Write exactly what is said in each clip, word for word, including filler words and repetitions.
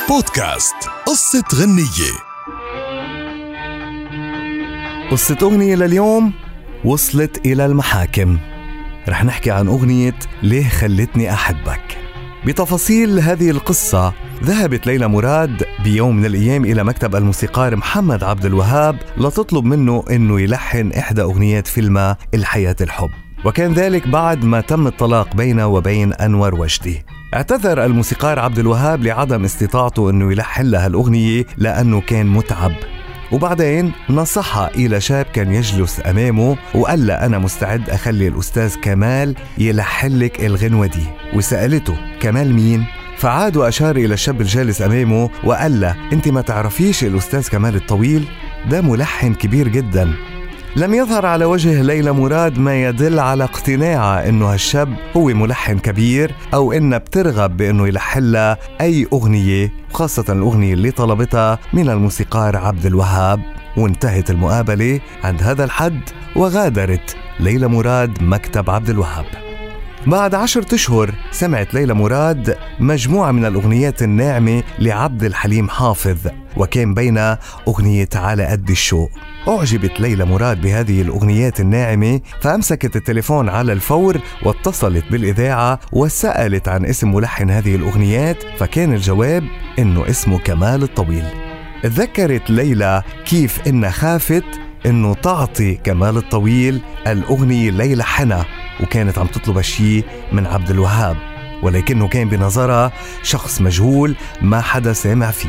بودكاست قصة غنية. قصة أغنية لليوم وصلت إلى المحاكم. رح نحكي عن أغنية ليه خلتني أحبك. بتفاصيل هذه القصة، ذهبت ليلى مراد بيوم من الأيام إلى مكتب الموسيقار محمد عبد الوهاب لتطلب منه أنه يلحن إحدى أغنيات فيلم الحياة الحب، وكان ذلك بعد ما تم الطلاق بينه وبين أنور وجدي. اعتذر الموسيقار عبد الوهاب لعدم استطاعته أنه يلحن لها الأغنية لأنه كان متعب، وبعدين نصحها إلى شاب كان يجلس أمامه وقال له أنا مستعد أخلي الأستاذ كمال يلحن لك الغنوة دي. وسألته كمال مين؟ فعاد وأشار إلى الشاب الجالس أمامه وقال له أنت ما تعرفيش الأستاذ كمال الطويل؟ ده ملحن كبير جدا. لم يظهر على وجه ليلى مراد ما يدل على اقتناعها إنه هالشاب هو ملحن كبير أو إنها بترغب بإنه يلحن لها أي أغنية، خاصة الأغنية اللي طلبتها من الموسيقار عبد الوهاب. وانتهت المقابلة عند هذا الحد، وغادرت ليلى مراد مكتب عبد الوهاب. بعد عشرة أشهر سمعت ليلى مراد مجموعة من الأغنيات الناعمة لعبد الحليم حافظ، وكان بينها أغنية على قد الشوق. أعجبت ليلى مراد بهذه الأغنيات الناعمة، فأمسكت التليفون على الفور واتصلت بالإذاعة وسألت عن اسم ملحن هذه الأغنيات، فكان الجواب إنه اسمه كمال الطويل. تذكرت ليلى كيف إنها خافت إنه تعطي كمال الطويل الأغنية اللي يلحنها، وكانت عم تطلب الشيء من عبد الوهاب، ولكنه كان بنظرها شخص مجهول ما حدا سامع فيه.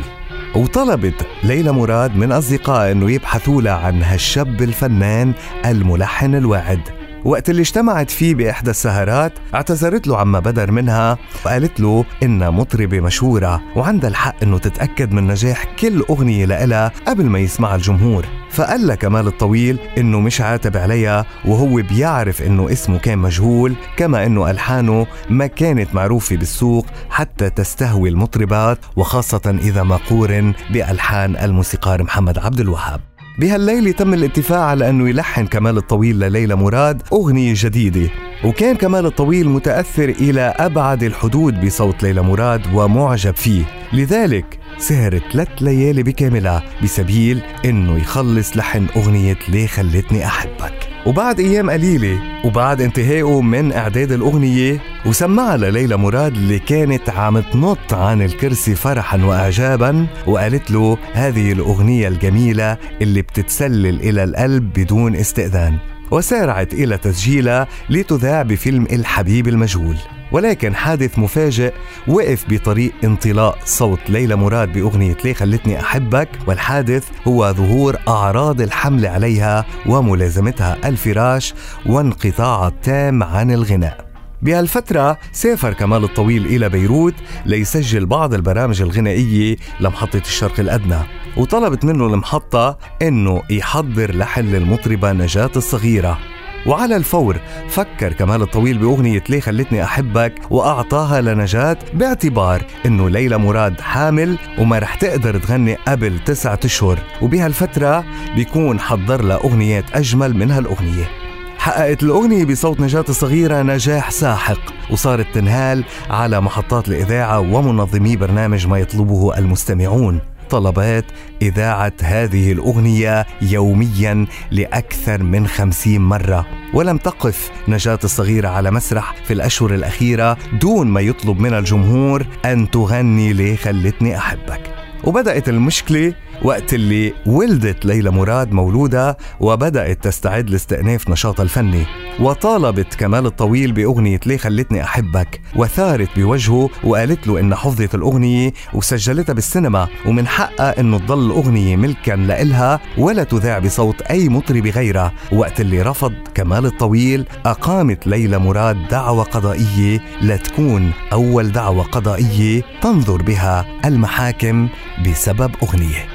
وطلبت ليلى مراد من أصدقائها أنه يبحثوا لها عن هالشاب الفنان الملحن الواعد. وقت اللي اجتمعت فيه بإحدى السهرات اعتذرت له عما بدر منها، وقالت له إنها مطربة مشهورة وعندها الحق إنه تتأكد من نجاح كل أغنية لها قبل ما يسمع الجمهور. فقال لها كمال الطويل إنه مش عاتب عليها، وهو بيعرف إنه اسمه كان مجهول، كما إنه ألحانه ما كانت معروفة بالسوق حتى تستهوي المطربات، وخاصة إذا ما قورن بألحان الموسيقار محمد عبد الوهاب. بهالليلة تم الاتفاق على أنه يلحن كمال الطويل لليلى مراد أغنية جديدة، وكان كمال الطويل متأثر إلى أبعد الحدود بصوت ليلى مراد ومعجب فيه، لذلك سهرت ثلاث ليالي بكاملها بسبيل أنه يخلص لحن أغنية ليه خلتني أحبك. وبعد أيام قليلة وبعد انتهائه من إعداد الأغنية، وسمعها لليلى مراد اللي كانت عم تنط عن الكرسي فرحا وإعجابا، وقالت له هذه الأغنية الجميلة اللي بتتسلل إلى القلب بدون استئذان، وسارعت إلى تسجيلها لتذاع بفيلم الحبيب المجهول. ولكن حادث مفاجئ وقف بطريق انطلاق صوت ليلى مراد بأغنية ليه خلتني أحبك، والحادث هو ظهور أعراض الحمل عليها وملازمتها الفراش وانقطاع التام عن الغناء. بهالفترة سافر كمال الطويل إلى بيروت ليسجل بعض البرامج الغنائية لمحطة الشرق الأدنى، وطلبت منه المحطة إنه يحضر لحن للمطربة نجاة الصغيرة. وعلى الفور فكر كمال الطويل بأغنية ليه خلتني أحبك وأعطاها لنجاة، باعتبار إنه ليلى مراد حامل وما رح تقدر تغني قبل تسعة أشهر، وبهالفترة بيكون حضر لها أغنيات أجمل من هالأغنية. حققت الأغنية بصوت نجاة الصغيرة نجاح ساحق، وصارت تنهال على محطات الإذاعة ومنظمي برنامج ما يطلبه المستمعون. طلبات إذاعة هذه الأغنية يوميا لأكثر من خمسين مرة، ولم تقف نجاة الصغيرة على مسرح في الأشهر الأخيرة دون ما يطلب من الجمهور أن تغني ليه خلتني أحبك. وبدأت المشكلة وقت اللي ولدت ليلى مراد مولودة وبدأت تستعد لاستئناف نشاطها الفني، وطالبت كمال الطويل بأغنية ليه خلتني أحبك، وثارت بوجهه وقالت له إن حفظت الأغنية وسجلتها بالسينما، ومن حقها إنه تضل الأغنية ملكا لإلها ولا تذاع بصوت أي مطرب غيرها. وقت اللي رفض كمال الطويل أقامت ليلى مراد دعوة قضائية لتكون أول دعوة قضائية تنظر بها المحاكم بسبب أغنية.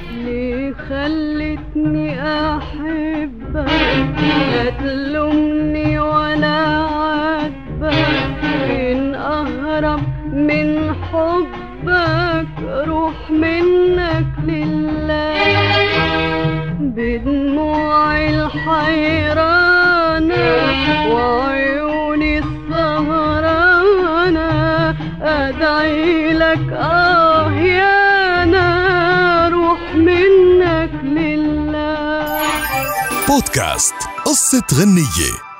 خلتني أحبك لا تلومني ولا عاتبك، إن أهرب من حبك روح منك لله، بدموعي الحيرانة وعيوني السهرانة أدعي لك آه يا بودكاست قصة غنية.